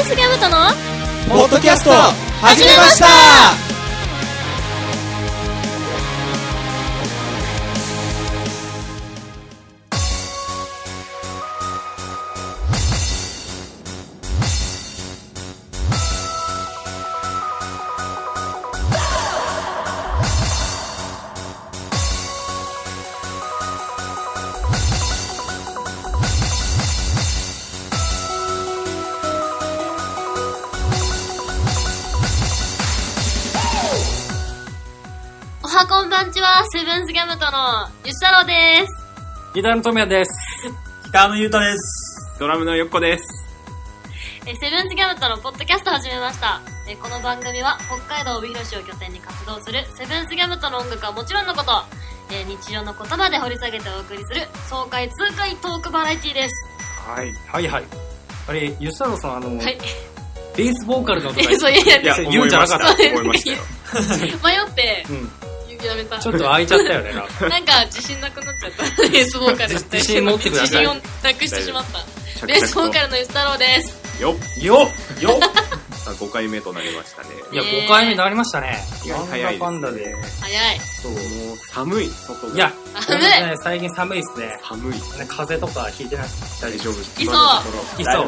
スギャムとのポッドキャスト始めました。 こんばんちは、セブンスギャムとのゆし太郎です。 ギターのともやです。 ギターのゆうたです。 ドラムのよっこです。 セブンスギャムとのポッドキャストを始めました。この番組は北海道帯広市を拠点に活動するセブンスギャムとの音楽はもちろんのこと、日常の言葉で掘り下げてお送りする爽快痛快トークバラエティです。 はいはいはい。あれ、ゆし太郎さんはい。 ベースボーカルのとかそういや言うんじゃなかった。 思いましたよ。 迷って、やめた。 ちょっと開いちゃったよね。 なんか自信なくなっちゃった。ベースボーカル。 自信持ってください。 自信をなくしてしまった。ベースボーカルのゆし太郎です。 よっよっよっ 5回目となりましたね。 いや、5回目になりましたね。 早いですね。 パンダで。 早い。 そう。 もう寒い、外が。 いや、 寒い。 最近寒いっすね。 寒い。 風邪とかひいてない？ 大丈夫。 いそう。 いそう。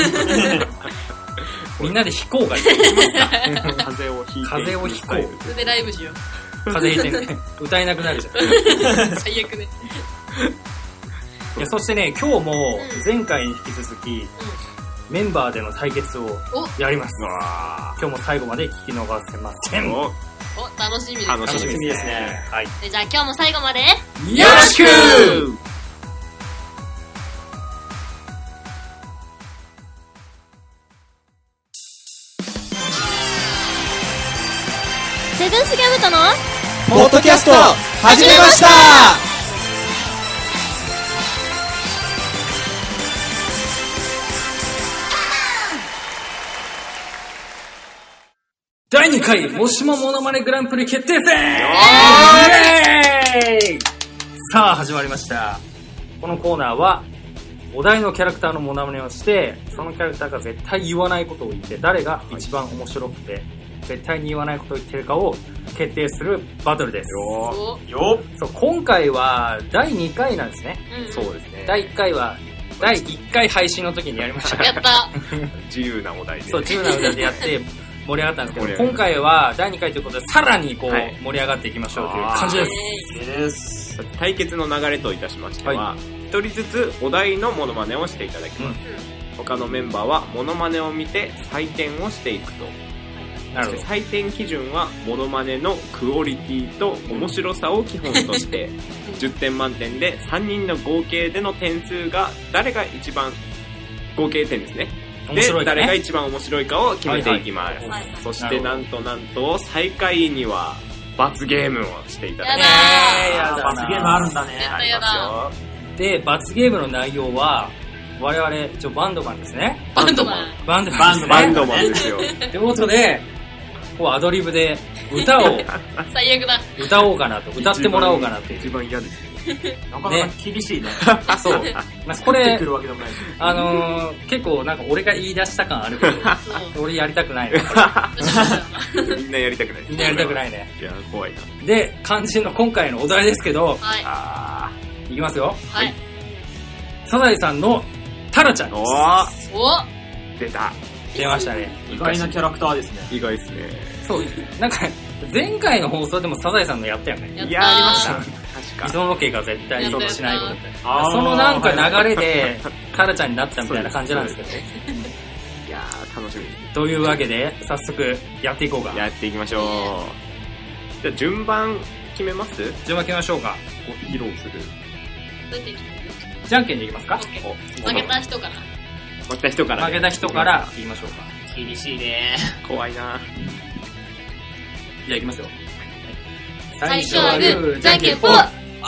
みんなで弾こうがいい。 風邪をひいて。 風邪をひこう。 それでライブしよう。 風邪ひいてね。歌えなくなるじゃん。 最悪ね。 いや、そしてね、今日も前回に引き続き、メンバーでの対決をやります。今日も最後まで聞き逃せません。 お、楽しみです。 楽しみですね。 はい。 じゃあ今日も最後までよろしく。 セブンスギャムとのポッドキャスト始めました。 第2回もしもモノマネグランプリ決定戦。さあ始まりました。このコーナーはお題のキャラクターのモノマネをして、そのキャラクターが絶対言わないことを言って、誰が一番面白くて絶対に言わないことを言ってるかを決定するバトルです。 よっ。 そう、今回は第2回なんですね。 そうですね。 第1回は第1回配信の時にやりました。 やった。 自由なお題で。 そう、自由なお題でやって盛り上がったんですけど、今回は第2回ということでさらにこう盛り上がっていきましょうという感じです。 対決の流れといたしましては、一人ずつお題のモノマネをしていただきます。他のメンバーはモノマネを見て採点をしていくと。そして採点基準はモノマネのクオリティと面白さを基本として10点満点で3人の合計での点数が誰が一番合計点ですね。で、誰が一番面白いかを決めていきます。そしてなんと最下位には罰ゲームをしていただきます。 罰ゲームあるんだね。 ありますよ。 で、罰ゲームの内容は我々一応バンドマンですね。 バンドマンですよ。 ということで、こうアドリブで歌を最悪だ。 歌おうかなと、歌ってもらおうかなっていう。 一番嫌ですね。 なかなか厳しいね。 そう。これ結構なんか俺が言い出した感あるけど、俺やりたくないね。 みんなやりたくない。 みんなやりたくないね。 いや、怖いな。 で、肝心の今回のお題ですけど、いきますよ。 はい。 サザエさんのタラちゃんです。 出た。 出ましたね。 意外なキャラクターですね。 意外ですね。 そう、なんか前回の放送でもサザエさんのやったよね。 いや、ありました。確か。 磯野家が絶対そうしないことって。そのなんか流れでタラちゃんになったみたいな感じなんですけど。 いやー、楽しみです。 というわけで早速やっていこうか。 やっていきましょう。じゃあ順番決めます？ 順番決めましょうか。 披露する。 じゃんけんでいきますか？ 負けた人から。 負けた人から言いましょうか。 厳しいね。 怖いな。 じゃあいきますよ。 最初はグー、じゃんけんぽん。 マ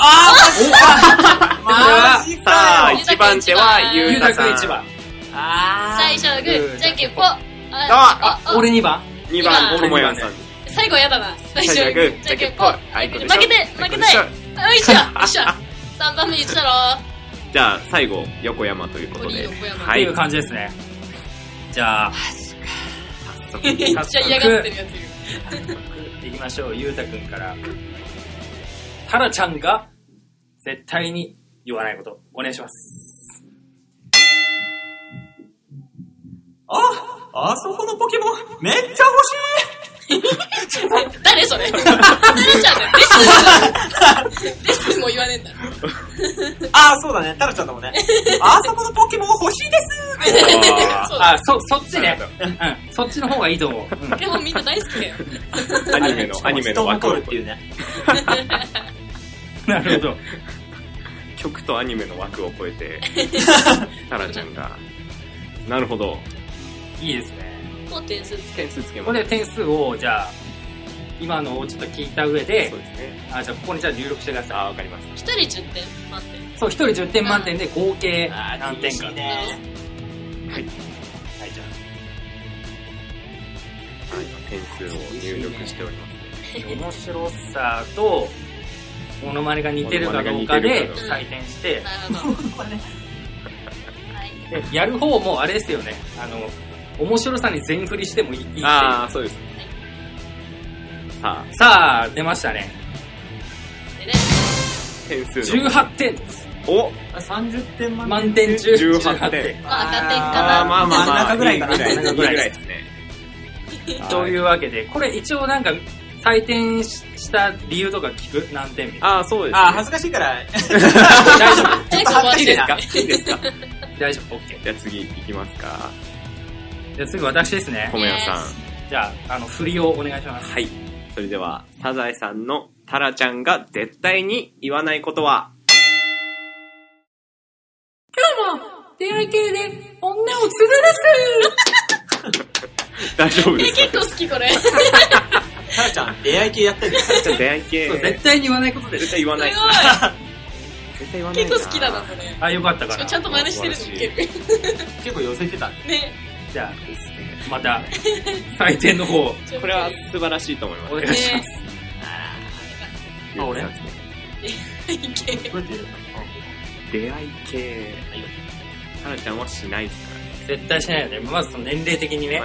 ジか。 さあ、1番手はゆうたさん。 1番。 最初はグー、じゃんけんぽん。 俺2番。 2番、ともやさん。 最後やだな。 最初はグー、じゃんけんぽん。 負けたい。よいしょ。3番目言ったろ。 じゃあ最後横山ということで、 っていう感じですね。 じゃあ、 めっちゃ嫌がってるやついる。 行きましょう。ゆうたくんから。タラちゃんが絶対に言わないこと、お願いします。 あそこのポケモン、めっちゃ欲しい誰それ誰ちゃんだよ。レスも言わねえんだ。 そうだね、タラちゃんだもんね。あそこのポケモン欲しいですそっちね。そっちの方がいいと思う。 ポケモンみんな大好きだよ。 アニメの枠をっていうね。 なるほど。 曲とアニメの枠を超えて、タラちゃんが。なるほど。 いいですね。 もう点数つけここで点数を、じゃあ、今のをちょっと聞いた上で、 そうですね。 じゃあここにじゃあ入力してください。 わかりました。 1人10点満点。 そう、1人10点満点で合計何点か。 いいね。 はい。 はい、じゃ点数を入力しております。 面白さと、モノマネが似てるかどうかで採点して、 なるほど。 これね。 でやる方もあれですよね。面白さに全振りしてもいいっていう。 そうです。 さあ、出ましたね。 点数 18点です。 お 30点満点中 18点。 まあ、赤点かな。 まあ真ん中ぐらいかな。 真ん中ぐらいですね。 というわけで、これ一応なんか、採点した理由とか聞く？何点みたいな。 そうです。 恥ずかしいから。 大丈夫。 いいですか？ いいですか？ 大丈夫、OK。 じゃあ次行きますか。 じゃあ次私ですね。 ともやさん。 じゃあ、振りをお願いします。 はい。それでは、サザエさんのタラちゃんが絶対に言わないことは？ 今日も出会い系で女を連れです大丈夫ですか？ 結構好きこれ。 タラちゃん、出会い系やってるんですか？出会い系。 そう、絶対に言わないことです。 絶対言わないです。絶対言わないな。 結構好きだな、それ。 よかったかな。 ちゃんと真似してるの受ける。 結構寄せてたね。 じゃあ、また、採点の方、 これは素晴らしいと思います。 お願いします。 俺いける。 どうやって入れるの？ 出会い系。タラちゃんはしないですか絶対しないよね。まずその年齢的にね。 ら。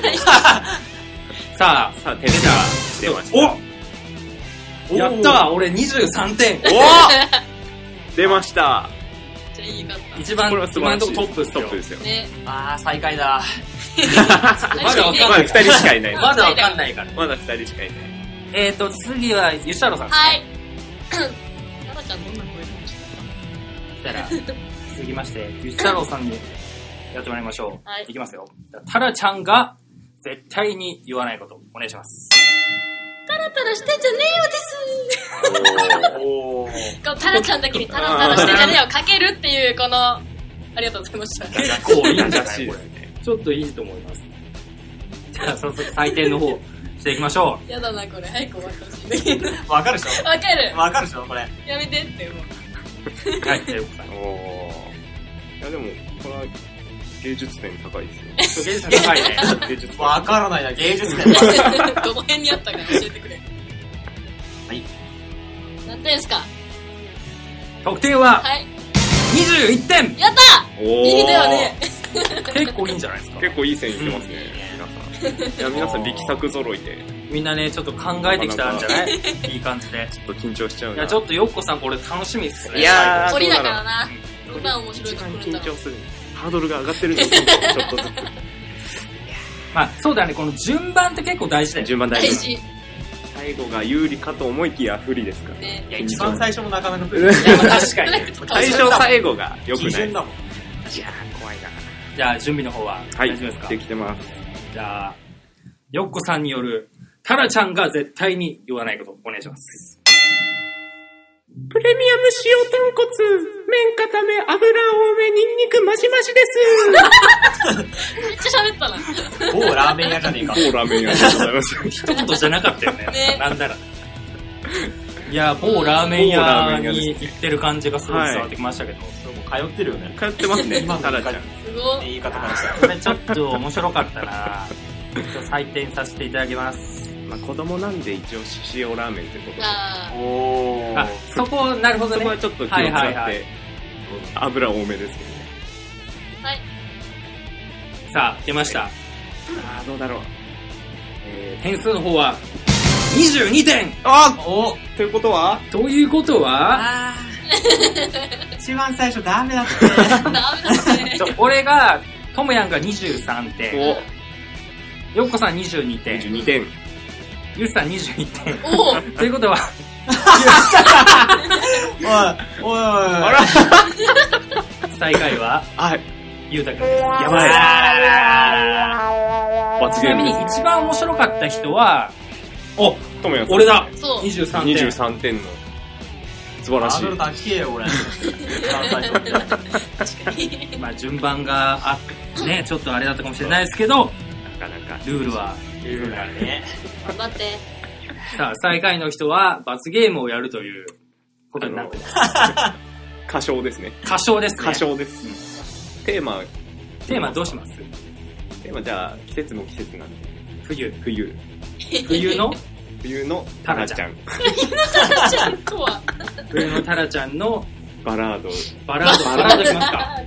さあ、 点数が出ました。 おやったー、俺23点。 出ました。 じゃあいいかった。 一番、 これは素晴らしい。 今のとこトップですよ。 ね。 最下位だ。 まだわかんない。 まだ2人しかいない。 まだわかんないから。 まだ2人しかいない。 次は、ゆしたろさんですね。 はい。タラちゃんどんな声かもしれない。そしたら、続きまして、ゆしたろさんにやってもらいましょう。 はい。 いきますよ。タラちゃんが絶対に言わないこと、お願いします。 タラタラしてんじゃねえよです。こうタラちゃんだけにタラタラしてんじゃねえよかけるっていう、この、ありがとうございました。 結構いいんじゃないこれ。ちょっといいと思います。じゃあ、早速採点の方、していきましょう。やだな、これ。早く終わってほしいんだけど。 わかるでしょ？ わかる。 わかるでしょこれ。 やめてって思う。 はい、じゃあ、よくさん。 いや、でも、これは芸術点高いですよ。 芸術点高いね。 芸術点。 わからないな、芸術点。 どの辺にあったか教えてくれ。 はい。 何点ですか？ 得点は、 はい。 21点。 やったー！いいだよね。 結構いいんじゃないですか。 結構いい線いってますね、皆さん。いや、皆さん力作揃いで。 みんなね、ちょっと考えてきたんじゃない？いい感じで。 ちょっと緊張しちゃうな。 いや、ちょっとよっこさんこれ楽しみっすね。 いやー、 鳥だからな。どんな面白い一番ところだろう。 緊張する。ハードルが上がってるんですよ、ちょっとずつ。 まあ、そうだね、この順番って結構大事だよ。 順番大事。 大事。 最後が有利かと思いきや不利ですから。 ね。 いや、一番最初もなかなか不利。 いや、まあ確かに。 最初最後が良くない。 基準だもん。 いやー、怖いな。 じゃあ、準備の方は大丈夫ですか？ できてます。 じゃあ、よっこさんによる、タラちゃんが絶対に言わないこと、お願いします。 プレミアム塩豚骨、麺固め、油多め、ニンニクマシマシです。 めっちゃ喋ったな。 某ラーメン屋じゃねえか。 某ラーメン屋でございます。 一言じゃなかったよね。 ねなんなら。いや、某ラーメン屋に行ってる感じがすごい伝わってきましたけど。 通ってるよね。 通ってますね、タラちゃん。 すごい。 言い方からしたら。 これちょっと面白かったな。ちょっと採点させていただきます。 まあ子供なんで一応塩ラーメンってことで。 あー。 おー。 あ、そこ、なるほどね。 そこはちょっと気を使って、油多めですけどね。 はい。 さあ、出ました。 どうだろう。 点数の方は、22点おということはということは、 一番最初ダメだって。 ダメだね。 俺が、トムヤンが23点。 おヨッコさん22点。 22点。 ユウさん21点。 おということは、 おい。 あら最下位は、 はい。 ゆうたくんです。 やばい。罰ゲームちなみに一番面白かった人は、 ともやさん。 俺だそう。 23点。 23点の。素晴らしい。 ハードル高えよ、俺。 確かに。 まあ順番がね、ちょっとあれだったかもしれないですけど、 なかなか。 ルールは、 ね。 頑張って。 さあ、最下位の人は罰ゲームをやるということになってます。 歌唱ですね。 歌唱ですね。 歌唱です。テーマどうします？ テーマじゃあ、季節も季節なんで。 冬冬ののタラちゃん。 ちゃんとは。 冬のタラちゃんのバラード。 バラードいきますか？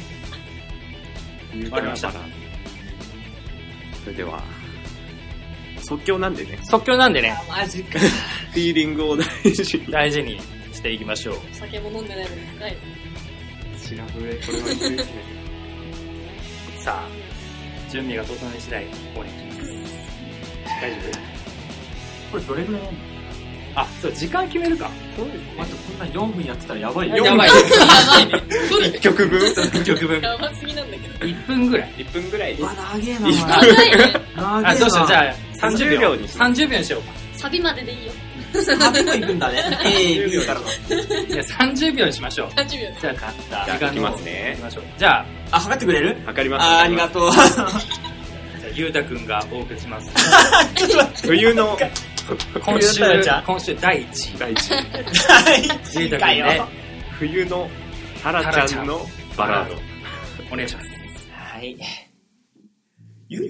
冬わかりましたバラード。それでは、即興なんでね。 即興なんでね、 マジか。 フィーリングを大事に。 大事にしていきましょう。 酒も飲んでないのに深い。 シラフで、これはきついですね。 さあ、準備が整い次第、お願いします。大丈これどれぐらいやんの？ 夫？あ、そう、時間決めるか。 そうですね。 待って、こんな4分やってたらやばいよ。 やばい。 1曲分 1曲分。 やばすぎなんだけど。 1分ぐらい。 1分ぐらいで。 うわ、長えな、 いいお前。 長いね。 長えな。 あ、どうしよう。じゃあ、30秒にし 30秒にしようか。 サビまででいいよ。 サビも行くんだね。A、B からの。 じゃあ30秒にしましょう。 30秒。 じゃあ、 じゃあ、いきますね行き。ましょう。じゃあ、 あ、測ってくれる？ 測ります。 ありがとう。 じゃあ、ゆうたくんがお送りします。 冬の今週ゆうたちゃん第1位。 第一ゆうたくんで、 冬のタラちゃんのバラード。 お願いします。 はい。雪が降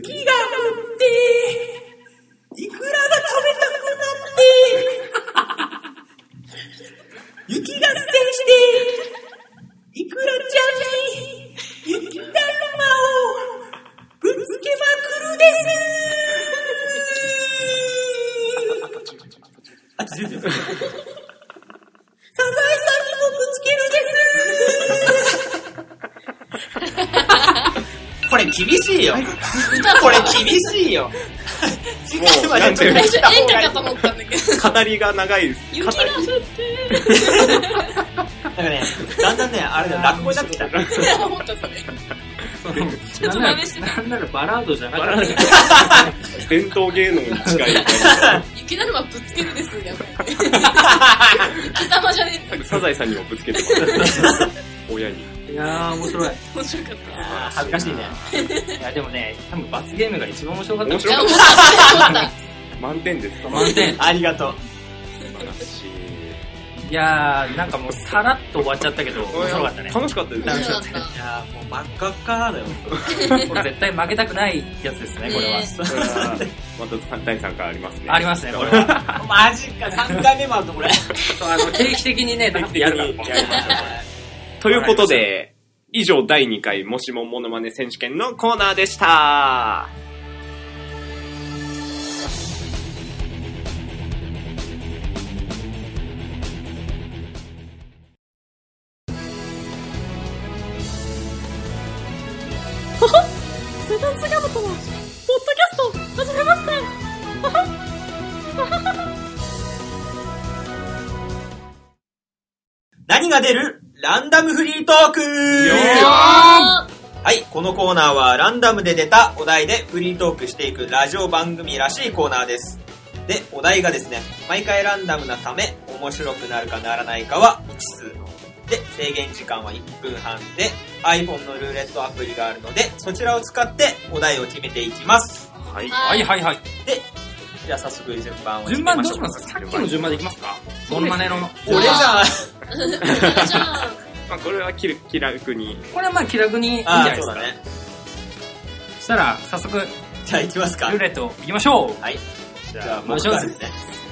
って、いくらが食べたくなって、雪が捨てして、いくらちゃんに雪だるまをぶつけまくるです。あ、違う。サザエさんにもぶつけるです。これ厳しいよ。これ厳しいよ。次回までなんていうの最初演歌かと思ったんだけど。 語りが長いです。 雪が降ってなんかね、だんだんね、あれだよ、落語になってきた。 思ったそれ。 ちょっと真似してなんならバラードじゃなかった。 伝統芸能に近い。 雪だるまぶつけるですやばい。雪玉じゃねえって。 サザエさんにもぶつけてます。親に。 いやー、面白い。 面白かった。 恥ずかしいね。 いや、でもね、多分罰ゲームが一番面白かった。 面白かっいや、思った。 た。満点です。 満点。 ありがとう。 素晴らしい。 いやー、なんかもうさらっと終わっちゃったけど、面白かったね。 楽しかったです。 面白かった。 いやーもう真っ赤っかだよ。 これ絶対負けたくないやつですね、これは。 これはまた第3回ありますね。 ありますね、これは。 マジか、3回目もあるとこれ。 そう定期的にね、やるから。 ということで、以上第2回もしもモノマネ選手権のコーナーでした。 セブンスギャムとは、ポッドキャスト、始めました何が出る？ランダムフリートークははい、このコーナーはランダムで出たお題でフリートークしていくラジオ番組らしいコーナーです。で、お題がですね、毎回ランダムなため、面白くなるかならないかは未知数。で、制限時間は1分半で、iPhone のルーレットアプリがあるので、そちらを使ってお題を決めていきます。 はい。 はいはいはい。 で、じゃあ早速順番を決順めましょう。 番どうしますか？さっきの順番でいきますか？モノマネの。 俺じゃあ、 じゃあ、 まあこれは気楽に。 これはまあ気楽にいいんじゃないですか。 そうだね。 そしたら、早速、ルじゃあ行きますか。 ーレット行きましょう。 はい。 じじゃあ、 回します僕からですね。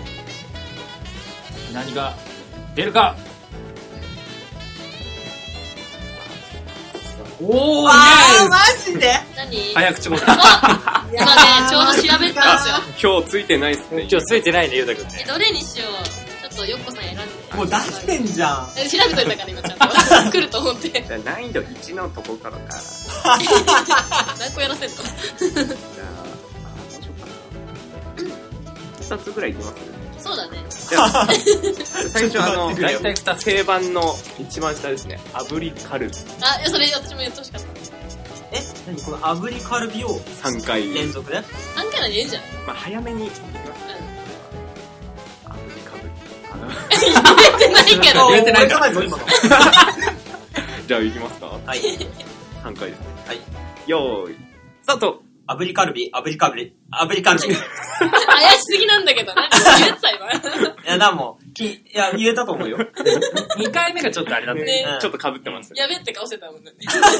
何が出るか。 おー、 マジで何早口言葉。 今ね、ちょうど調べたんですよ。 今日ついてないっすね。 今日ついてないね、ゆうたくんね。 どれにしよう。ちょっとヨッコさん選んで。 もう出してんじゃん。 調べといたから今ちゃんと。来ると思って。 じゃあ難易度1のとこからか。 何個やらせんの？ じゃあ、どうしようかな。2つぐらいいきます？ そうだね。 じゃあ、最初大体2つ。 定番の一番下ですね。炙りカルビ。 あ、いや、それ私もやってほしかった。 何この炙りカルビを 3回連続で 3回なんでいいじゃん。 まあ早めにいきます。炙りカルビ。 言えてないけど。 言えてないから俺じゃないぞ今の。 じゃあ行きますか。 はい。 3回ですね。 はい。 よーい、スタート。 炙りカルビ、炙りカルビ、炙りカルビ。い怪しすぎなんだけど、何言えた今。 や、なんも、いや、言えたと思うよ。 2回目がちょっとあれだったね。 ねちょっと被ってます。 やべって顔してたもんね。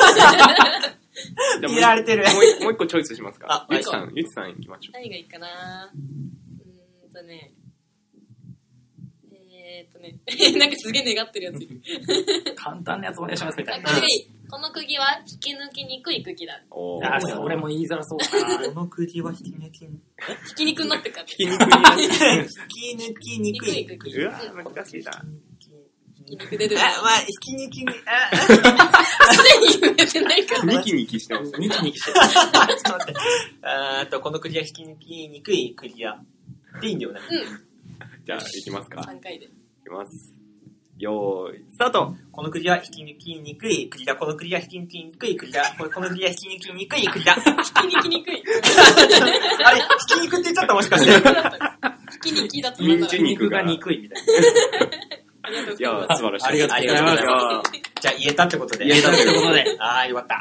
言られてる。 もう一個チョイスしますか。 あゆちさん行きましょう。 何がいいかなね。なんかすげえ願ってるやついる。 簡単なやつお願いしますみたあ、 いな。 これがいい。この釘は引き抜きにくい釘だ。 おー。 あ、それも言いづらそうだな。 この釘は引き抜き、 引きにくになってっから。 引きにくいな。 引き抜きにくい。 釘。 うわー、難しいな。 引きにく出てる。 まあ、引き抜きに、 すでに言えてないから。 ニキニキしてますね。 ニキニキしてる。 ちょっと待って。この釘は引き抜きにくい釘や。でいいんだよね。 じゃあ行きますか。 3回で。 いきます。よーい、スタート。 この釘は引き抜きにくい釘だ。この釘は引き抜きにくい釘だ。この釘は引き抜きにくい釘だ。 引きにきにくい。 あれ、引きにくって言っちゃったもしかして。 引きにきだったミンチ肉が憎いみたいありがとうごいやざいます。 ー、素晴らしい。 ありがとうございますありがとうございます。じゃあ言えたってことで。 な。言えたってことで。 あー、よかった。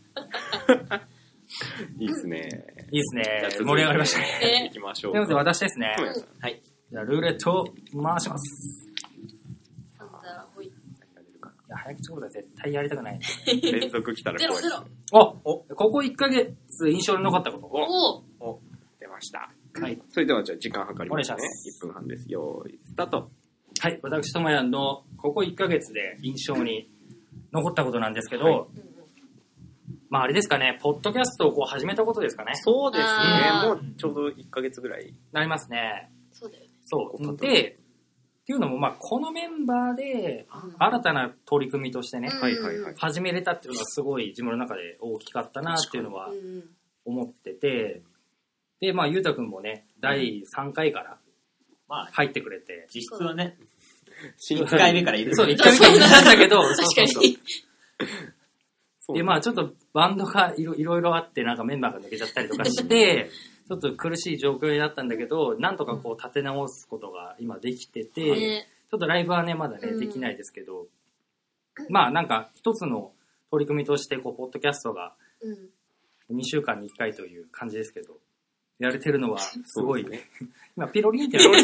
いいっすね。 いいですねじゃあ。続いて盛り上がりましたね。 ね行きましょう。 ということで私ですね。 はい。 じゃあルーレットを回します。 なんだ、ほい。 いや、早口言葉絶対やりたくない。 連続来たら怖いです。 ゼロゼロ。 ここ1ヶ月印象に残ったこと。 お出ました。 はい。 それではじゃあ時間計りますね。 お願いします 1分半です。よーい、スタート。 はい。私、ともやんのここ1ヶ月で印象に残ったことなんですけど、まああれですかね、ポッドキャストをこう始めたことですかね。 そうですね。 あーもうちょうど1ヶ月ぐらい。 なりますね。 そうだよね。 そう。で、っていうのも、まあこのメンバーで新たな取り組みとしてね、 はいはいはい。 始めれたっていうのがすごい自分の中で大きかったなっていうのはうん思ってて、で、まあゆうたくんもね、第3回からまあ、 入ってくれて、 実質はね、 新 1回目からいる。 そう、1回目から言ったんだけど、 確かそうそうに。 そうで、まあちょっとバンドがいろいろあって、なんかメンバーが抜けちゃったりとかして、ちょっと苦しい状況になったんだけど、なんとかこう立て直すことが今できてて、 ねちょっとライブはね、まだね、 うんできないですけど、まあなんか一つの取り組みとして、こう、ポッドキャストがうん。 2週間に1回という感じですけど、やれてるのはすごい、 そうです今ピロリンってやる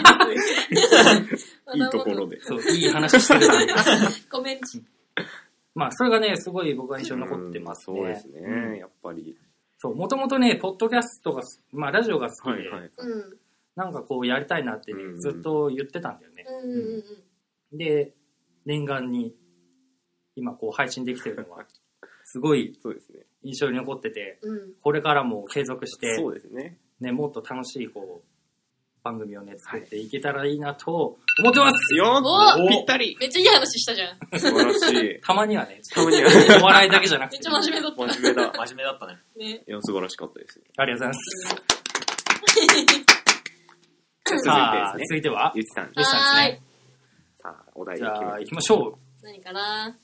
いいところで。 そう、いい話してるなごめん。 まあそれがね、すごい僕は印象に残ってますね。 そうですね、 うんやっぱり。 そう、もともとね、ポッドキャストが、まあラジオが好きで、 はいはい。 うん。 なんかこうやりたいなってね、 うんずっと言ってたんだよね。 うんうんうん。 で、念願に今こう配信できてるのは、すごいそうですね。 印象に残ってて、 うん。 これからも継続して、 そうですね。 ね、もっと楽しいこう、番組をね、作っていけたらいいなと思ってます、 よおっぴったりめっちゃいい話したじゃん。 素晴らしい。 たまにはね、 たまにはお笑いだけじゃなくて、 めっちゃ真面目だった。 真面目だ。 真面目だったね。 ね。 いや、素晴らしかったです。 ありがとうございます。 続いてさあ、 ですね。 続いては、 ゆちさん。 ゆきさんですね。 さあ、お題じゃあ、 決めて行きましょう。 何かな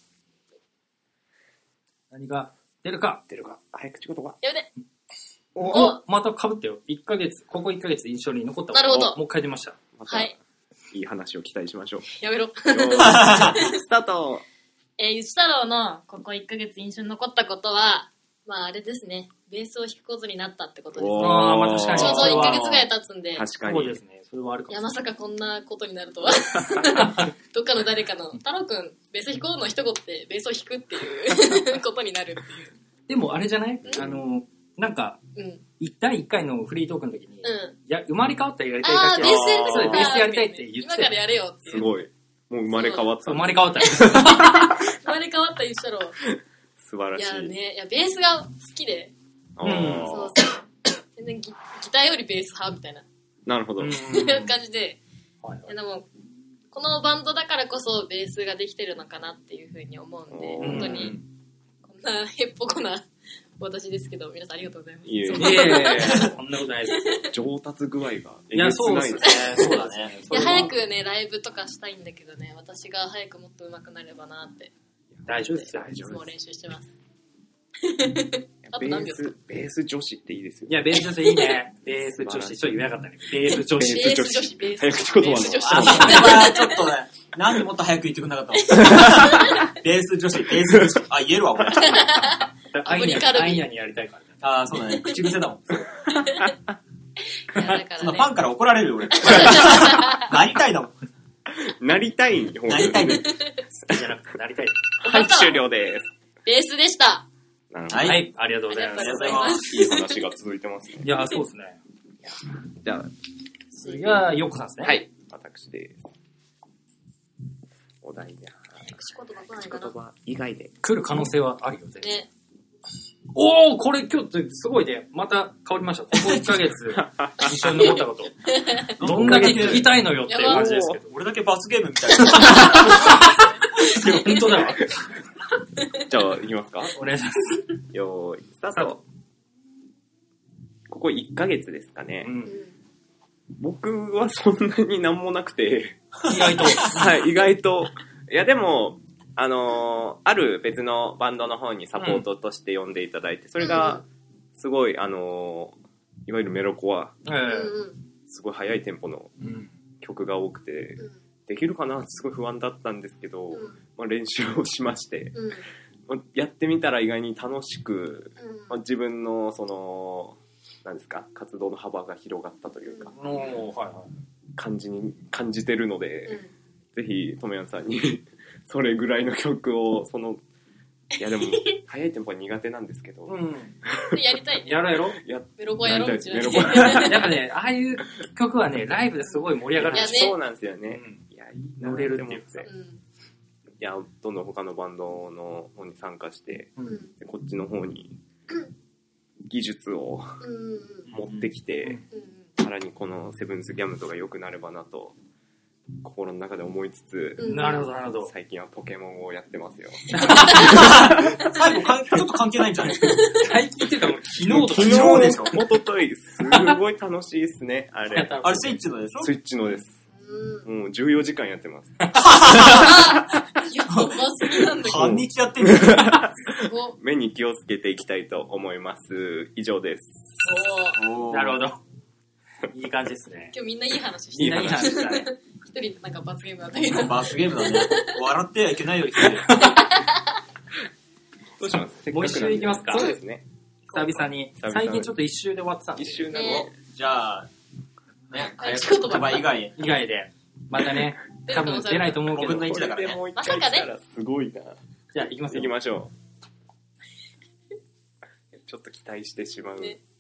何が出るか。 出るか。早口言葉。 やめて。 お、また被ったよ。1ヶ月、ここ1ヶ月印象に残ったこと。 なるほどもう一回出ました。 また、 はいいい話を期待しましょう。 やめろ。 よースタート。 ゆち太郎のここ1ヶ月印象に残ったことは、まああれですね。ベースを弾くことになったってことですね。 あーまあ確かにちょうど1ヶ月ぐらい経つんで。 確かに。 そうですね。それはあるかもいや、まさかこんなことになるとは。どっかの誰かの、太郎くん、ベース弾こうの一言でベースを弾くっていうことになるってでもあれじゃないなんか、 いう。うん。 第1回のフリートークの時に、 うん。 生まれ変わったらやりたいあー、ベースやりたそうい。 ベースやりたいって言って今からやれよっていう。 すごい。もう生まれ変わった。 そう生まれ変わったら。 生まれ変わったゆち太郎。 素晴らしい。 いやね、いや、ベースが好きで、 あーそう。全然ギターよりベース派みたいななるほど。 感じで、 はいでも、このバンドだからこそベースができてるのかなっていうふうに思うんで、本当に、こんなへっぽこな私ですけど、皆さんありがとうございます。 いえいえいやいやいやそんなことないです。 上達具合がえいや、 げつそうないですですね。そうだね。 いや、早くね、ライブとかしたいんだけどね、私が早くもっと上手くなればなって、 大丈夫ですよ。 いつも練習してます。あとベ何秒ですか？ ース女子っていいですよい。や、ベース女子いいね。ベース女子。ちょっと言えなかったね。ベース女子。 ベース女子、ベース早口言葉のベース女子。 あ、それはちょっとね、なんでもっと早く言ってくんなかったのベース女子、ベース女子。あ、言えるわ、俺。 アイニャにやりたいからね。 あ、そうだね、口癖だもん。 いやだからねそんなファンから怒られるよ、俺。なりたいだもん。 なりたい方なりたいね。 好きじゃなくてなりたい。 はい、終了です。 ベースでした。 なるほど。 はいはい、ありがとうございます。 ありがとうございますいい話が続いてますね。 いや、そうですね。 じゃあ、 次は、ヨッコさんですね。 は。い、私です。お題や、 口言葉来ない言かな。 葉以外で。 来る可能性はあるよ、全然。 ね。 おー、これ今日すごいね。また変わりました。ここ1ヶ月、一緒に残ったこと。どんだけ聞きたいのよっていう感じですけど。 俺だけ罰ゲームみたいな。 本当だわ。 じゃあ、いきますか？ お願いします。 よーい、スタート。ここ1ヶ月ですかね。 うん。 僕はそんなになんもなくて、 意外と。 はい、意外と。いや、でも、ある別のバンドの方にサポートとして呼んでいただいて、それが、すごい、いわゆるメロコア、すごい速いテンポのうん。 曲が多くて、できるかなってすごい不安だったんですけど、まあ、練習をしまして、まあやってみたら意外に楽しく、まあ、自分のその何ですか、活動の幅が広がったというか、 おー、はいはい。 感じてるので、ぜひともやんさんにそれぐらいの曲をいやでも速いテンポは苦手なんですけど、 うん。 やりたいね。 やろうやろう。 メロコアやろう。 やりたいですメロコやっぱね、ああいう曲はね、ライブですごい盛り上がるんですよ。 そうなんですよね。いや、いいな乗れると思って。 っていうか。 いや、どんどん他のバンドの方に参加して、でこっちの方に技術を持ってきて、さらにこのセブンスギャムとが良くなればなと心の中で思いつつ、 なるほどなるほど。 最近はポケモンをやってますよ。 最後ちょっと関係ないんじゃないですか。 最近っていうかもう昨日とか昨日でしょおとといすごい楽しいですね、あれ。 あれスイッチのでしょ。 スイッチのです。もう14時間やってます。 やばすぎなんだけど。 半日やってる。 すごっ。 目に気をつけていきたいと思います。以上です。 なるほど。いい感じですね。 今日みんないい話していい話だね。 一人なんか罰ゲームだったけど。 罰ゲームだね。笑ってはいけないよりどうします？ もう一周いきますか？ そうですね。 久々に。最近ちょっと一周で終わってたんで。 一周なの。 じゃあ、ね、 早早口口言葉言葉以外。 以外で。またね、多分出ないと思うけ 5 ど。 分の1だからねこれでもう一回来たらすごいな。 じゃあ行きますよ。 行きましょう。ちょっと期待してしまう。 ね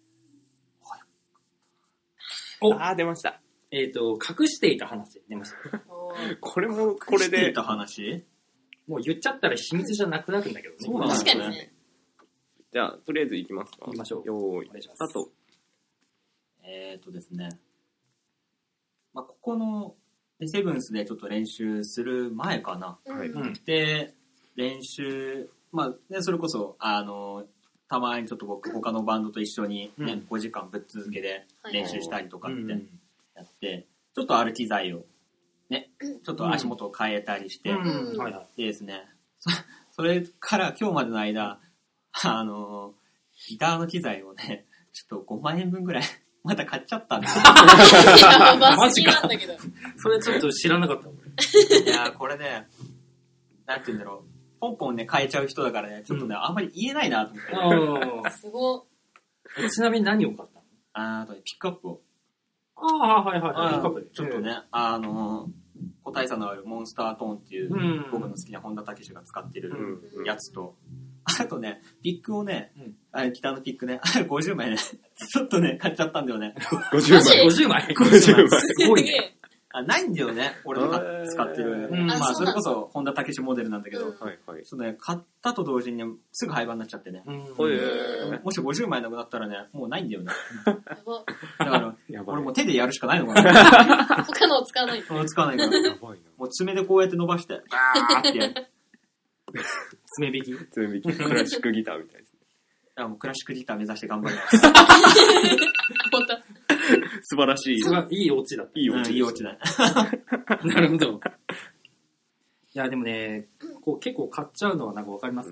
お出ました。 隠していた話出ました。 これもこれでしていた話。 もう言っちゃったら秘密じゃなくなるんだけどね。 そうなんだ確かにね。 じゃあとりあえず行きますか。 行きましょうよーいお願いしますスタート。 ですね。まあ、ここのセブンスでちょっと練習する前かな。 はい。 うん。 で、練習、まあ、ね、それこそ、たまにちょっと僕、他のバンドと一緒にね、5時間ぶっ続けで練習したりとかってやって、ちょっと歩き剤を、ね、ちょっと足元を変えたりして、 うん。はいはい。 でですね、それから今日までの間、ギターの機材をね、ちょっと5万円分ぐらい、また買っちゃったんですよ。 やばすぎなんだけど。 それちょっと知らなかった。 いやー、これね、なんて言うんだろう。ポンポンね、変えちゃう人だからね、ちょっとね、あんまり言えないなと思って。 すごっ。 ちなみに何を買ったの？ あとね、ピックアップを。 ああ、はいはいはい。ピックアップでちょっとね、個体差のあるモンスタートーンっていう、僕の好きな本田武史が使ってるやつと、あとね、ピックをね、ギターのピックね、50枚ね、ちょっとね、買っちゃったんだよね。 50枚。 50枚 50枚。 すごいね。 ないんだよね、俺の使ってる。まあ、それこそ、本田武史モデルなんだけど、そうね、買ったと同時にすぐ廃盤になっちゃってね。もし50枚なくなったらね、もうないんだよね。だから、俺もう手でやるしかないのかな。 他のを使わない使わないから。もう爪でこうやって伸ばして、ガーってやる。 爪引きクラシックギターみたいですね。 もうクラシックギター目指して頑張ります。 本当素晴らしい。 いいオチだ。 いいオチだ。 なるほど。いや、でもね、こう結構買っちゃうのはなんかわかります？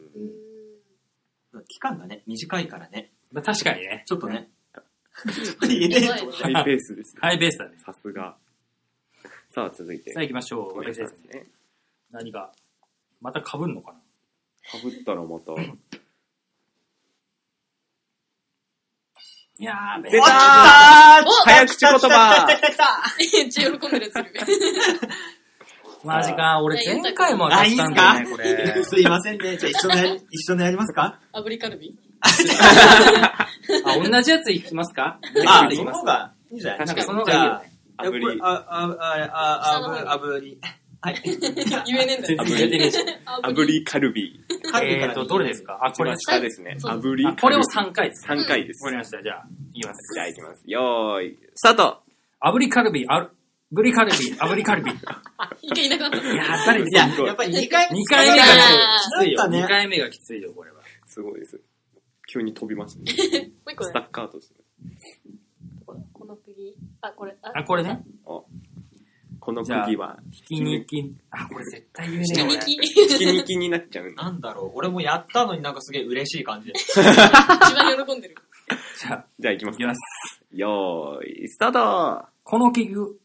期間がね、短いからね。 まあ、確かにね。 ちょっとね。 ハイペースですね。 ハイペースだね。 さすが。さあ、続いて。 さあ行きましょう。私ですね。何がまた被んのかな？ 被ったらまた。 いやー、 出たー！早口言葉！ 喜んでるやついる。 マジか、俺前回も当たったんだよね、これ。 すいませんね。じゃあ一緒にやりますか？ 炙りカルビ？ 同じやついきますか？ その方がいいんじゃない？ なんかその方がいいよね。 炙り。 炙り。はい。 言えねえんだよ。 炙りカルビ。 どれですか？これ下ですね。炙り。 これを3回です。 3回です。 わかりました。じゃあ、いきます。 じゃあ、いきます。よーい、スタート！ 炙りカルビ、炙りカルビ。 一回いなくなった。 やっぱり2回目がきついよ。2回目がきついよ、これは。 すごいです。急に飛びますね。 もう一個ね。 スタッカートですね。 この釘。 これね。 この釘は。 ひき肉。これ絶対言えねえよ。 ひき肉になっちゃう。 なんだろう。俺もやったのになんかすげえ嬉しい感じで。 一番喜んでる。 じゃあ行きます。よーい、スタート！ この器具。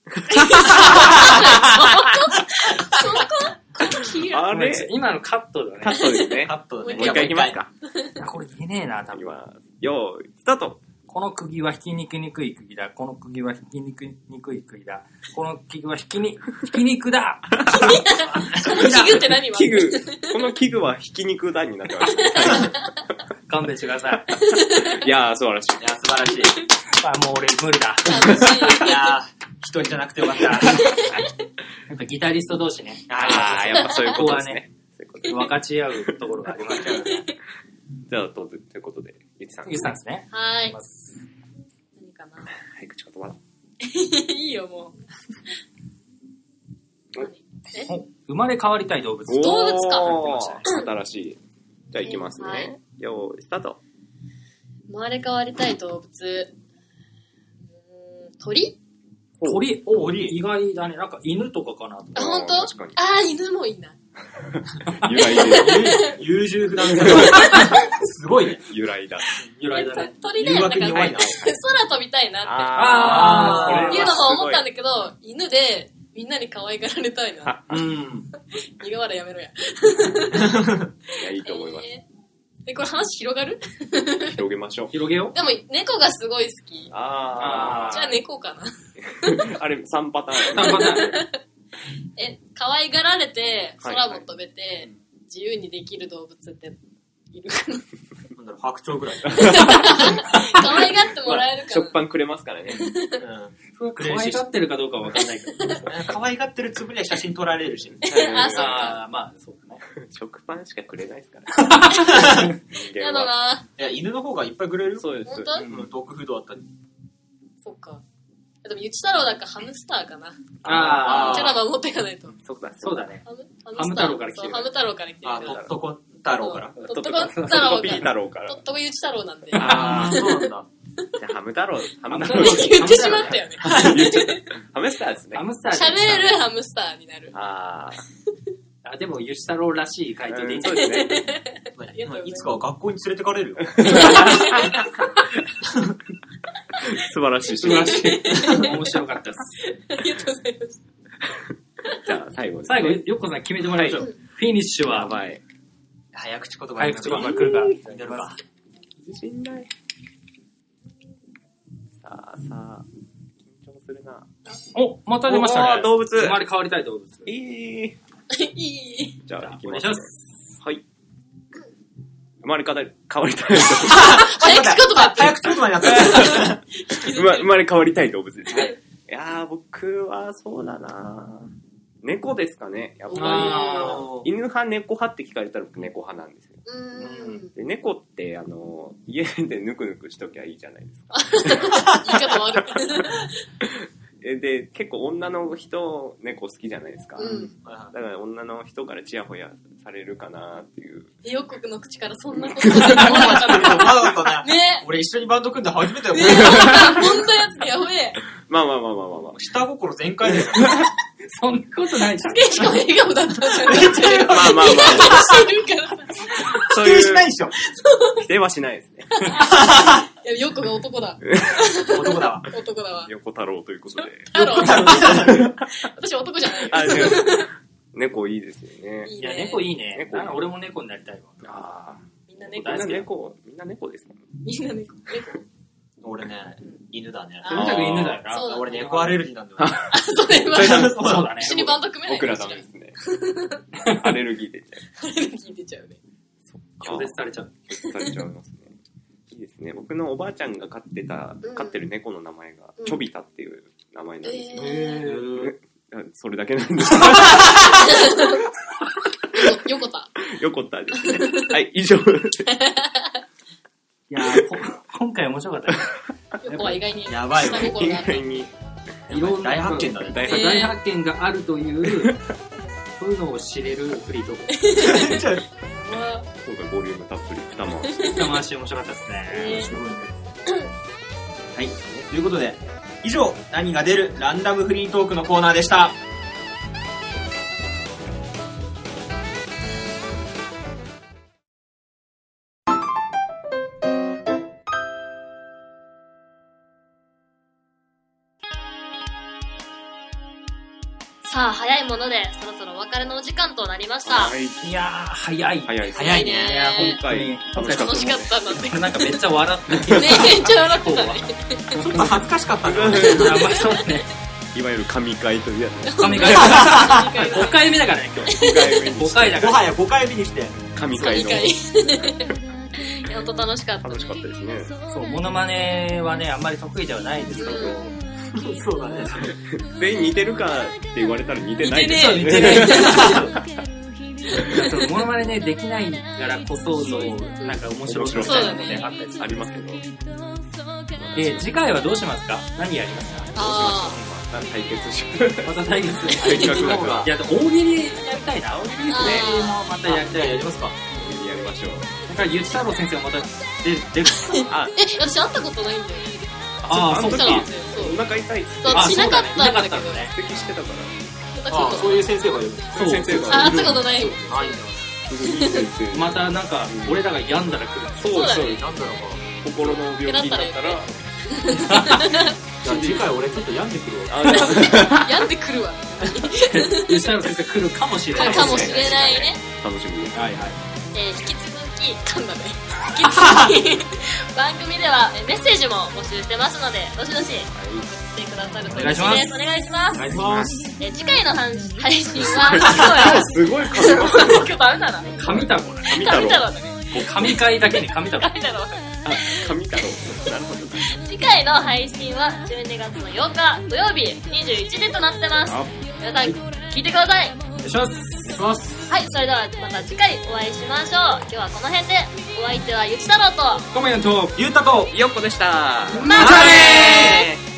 あれ今のカットだね。 カットですね。もう一回いきますか。 これ言えねえな、多分。 よーい、スタート！ この釘は引きにくにくい釘だ。この釘は引きにくにくい釘だ。この器具は引き肉だ。 この器具って何？ 器具。この器具は引き肉だになってます。 勘弁してください。いやー、素晴らしい。 いや、素晴らしい。 もう俺無理だ。 いやー、一人じゃなくてよかった。やっぱギタリスト同士ね。 やっぱそういうことですね。 分かち合うところがありますからね。 じゃあ、ということで、ゆきさんですね。 はい。何かな？ 早口言葉だ。 いいよ、もう。 生まれ変わりたい動物。 動物か。 新しい。じゃあ、いきますね。よーい、スタート。 生まれ変わりたい動物。鳥？ 鳥意外だね。なんか犬とかかなとか。 本当？犬もいいな。 由来で。 優柔不断さ。すごいね。 由来だ。 ね。鳥ね、なんか空飛びたいなって。いうのも思ったんだけど、犬でみんなに可愛がられたいな。苦笑いやめろや。 いや、いいと思います。 これ話広がる？ 広げましょう。 広げよう。 でも猫がすごい好き。じゃあ猫かな。 あれ、3パターン。 可愛がられて、空も飛べて、自由にできる動物っているかな？ なんだろう、白鳥ぐらい。 可愛がってもらえるかな？ 食パンくれますからね。 可愛がってるかどうかわかんないけど。 可愛がってるつぶりは写真撮られるし。 そうか。 まあ、そうだね。 食パンしかくれないですから。 やだな。 いや、犬の方がいっぱいくれるよ。 そうです。 本当？ ドッグフードあったり。 そっか。でも、ゆち太郎だからハムスターかな。キャラ守っていかないと。 そうだね。 ハム太郎から来てる。ハム太郎から来てる。 トットコ太郎から。 トットコ太郎ピー太郎から。 トットコゆち太郎なんで。 そうなんだ。 じゃあ、ハム太郎。 言ってしまったよね。 ハムスターですね。 喋れるハムスターになる。 でも、ゆち太郎らしい回答でいいそうですね。 いつかは学校に連れてかれるよ。 素晴らしい。 面白かったです。 ありがとうございました。 じゃあ、最後、 よっこさん決めてもらいましょう。フィニッシュは、 早口言葉来るから。 自信ない。さあ、緊張するな。 また出ましたね。 動物。 生まれ変わりたい動物。 いい。 じゃあ、 お願いします。 はい。生まれ変わりたい。 早口言葉になった。 生まれ変わりたい動物ですね。 やー、僕はそうだな猫ですかね。やっぱり、犬派、猫派って聞かれたら僕猫派なんですよ。で猫って、家でぬくぬくしときゃいいじゃないですか。 言い方悪い。 で、結構女の人、猫好きじゃないですか。だから女の人からチヤホヤされるかなっていう。 よくの口からそんなこと言ってもらったまだだね。 ね。 俺一緒にバンド組んで初めてよ。 ねほんとやつやべえ。 まあ。 下心全開だよ。 そんなことないじゃん。 しかも笑顔だったじゃん。 まあ。 してるからさ。 否定しないでしょ。 否定はしないですね。 いや、ヨコが男だ。 男だわ。 男だわ。 横太郎ということで。 私男じゃないよ。 猫いいですよね。 いや、猫いいね。俺も猫になりたいわ。 みんな猫大好き。みんな猫ですもん。 みんな猫。 俺ね、犬だね。 とにかく犬だよな。 俺猫アレルギーなんだよ。 それは。 そうだね。 一緒にバンド組めない。 僕らダメですね。アレルギー出ちゃう。 アレルギー出ちゃうね。 拒絶されちゃう。 されちゃいますね。いいですね。僕のおばあちゃんが飼ってる猫の名前が、チョビタっていう名前なんですよ。それだけなんです横田。 横田ですね。はい、以上。 いや今回面白かったね。 横は意外に。 やばいわ。 意外に。 いろんな大発見だね。 大発見があるという、そういうのを知れるフリートーク。 今回ボリュームたっぷり二回し面白かったですね。 はい。ということで、以上、何が出るランダムフリートークのコーナーでした。 さあ、早いもので、そろそろお別れのお時間となりました。 いやー、早い。 早いね。 いや、 今回楽しかったんだって。 これなんかめっちゃ笑ったね、めっちゃ笑ってたね。 ちょっと恥ずかしかったんだよね。 やばいそうね。 いわゆる神回というやつ。 神回。5回目だからね、今日。5回だから。 もはや5回目にして。 神回の。 ほんと楽しかった。 楽しかったですね。 そう、モノマネはね、あんまり得意ではないですけど。 そうだね。 全員似てるかって言われたら似てないですよね。 似てない。そのモノマネね、できないからこその、なんか面白さみたいなのね、あったりありますけど。 で、次回はどうしますか？何やりますか？ 対決しまた対決。 せっかくだから。 いや、大喜利やりたいな。大喜利ですね。またやりたい。やりますか？ やりましょう。 だから、ゆうち太郎先生はまた出る。 私会ったことないんだよね。 あの時、 そうお腹痛いって。 そう、しなかったんだけど。 指摘してたから。 あ、そういう先生がいる。 そういう先生が会ったことない。 ないんだ。 またなんか、俺らが病んだら来る。 そうそう。 なんだろうか。 心の病気になったら。 次回俺ちょっと病んでくるわ。病んでくるわ。 吉太郎先生来るかもしれない。 かもしれないね。 楽しみです。 はいはい。 引き続き、噛んだね。引き続き、番組ではメッセージも募集してますので、どしどし送ってくださると嬉しいです。お願いします。 お願いします。 次回の配信は、 すごい噛みます。 今日ダメだな。 神太郎だね。 神太郎だね。 神回だけに神太郎。 神太郎。 神太郎。なるほど。 次回の配信は12月の8日土曜日21時となってます。皆さん聞いてください。 お願いします。お願いします。 はい、それではまた次回お会いしましょう。今日はこの辺で、お相手はゆき太郎とコメントゆうたとよっこでした。 またねー。